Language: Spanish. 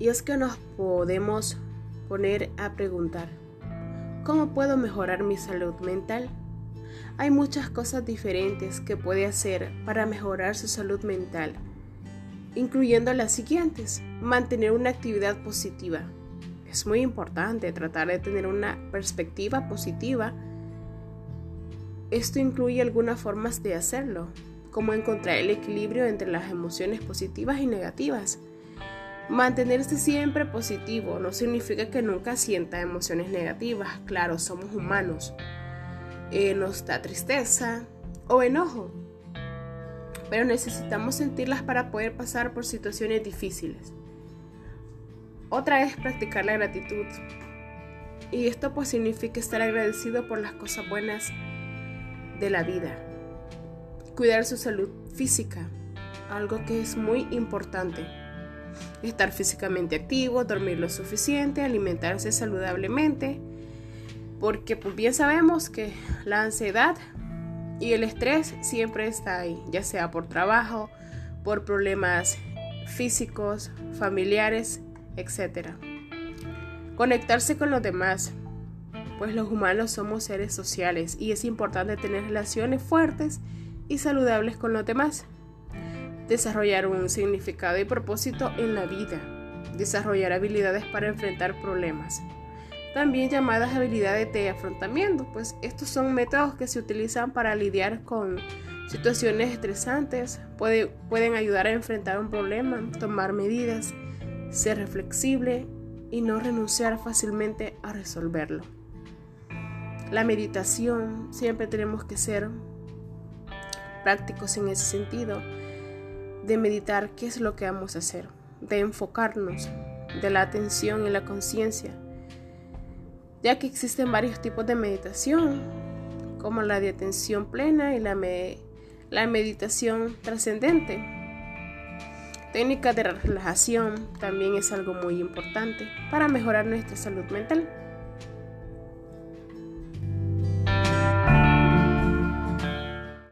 Y es que nos podemos poner a preguntar, ¿cómo puedo mejorar mi salud mental? Hay muchas cosas diferentes que puede hacer para mejorar su salud mental, incluyendo las siguientes: mantener una actividad positiva. Es muy importante tratar de tener una perspectiva positiva. Esto incluye algunas formas de hacerlo, como encontrar el equilibrio entre las emociones positivas y negativas. Mantenerse siempre positivo no significa que nunca sienta emociones negativas. Claro, somos humanos. Nos da tristeza o enojo, pero necesitamos sentirlas para poder pasar por situaciones difíciles. Otra es practicar la gratitud. Y esto pues significa estar agradecido por las cosas buenas de la vida. Cuidar su salud física, algo que es muy importante. Estar físicamente activo, dormir lo suficiente, alimentarse saludablemente, porque pues bien sabemos que la ansiedad y el estrés siempre está ahí, ya sea por trabajo, por problemas físicos, familiares, etc. Conectarse con los demás, pues los humanos somos seres sociales y es importante tener relaciones fuertes y saludables con los demás. Desarrollar un significado y propósito en la vida. Desarrollar habilidades para enfrentar problemas. También llamadas habilidades de afrontamiento, pues estos son métodos que se utilizan para lidiar con situaciones estresantes. Pueden ayudar a enfrentar un problema, tomar medidas, ser reflexible y no renunciar fácilmente a resolverlo. La meditación, siempre tenemos que ser prácticos en ese sentido, de meditar qué es lo que vamos a hacer, de enfocarnos, de la atención y la conciencia, ya que existen varios tipos de meditación, como la de atención plena y la meditación trascendente. Técnicas de relajación también es algo muy importante para mejorar nuestra salud mental.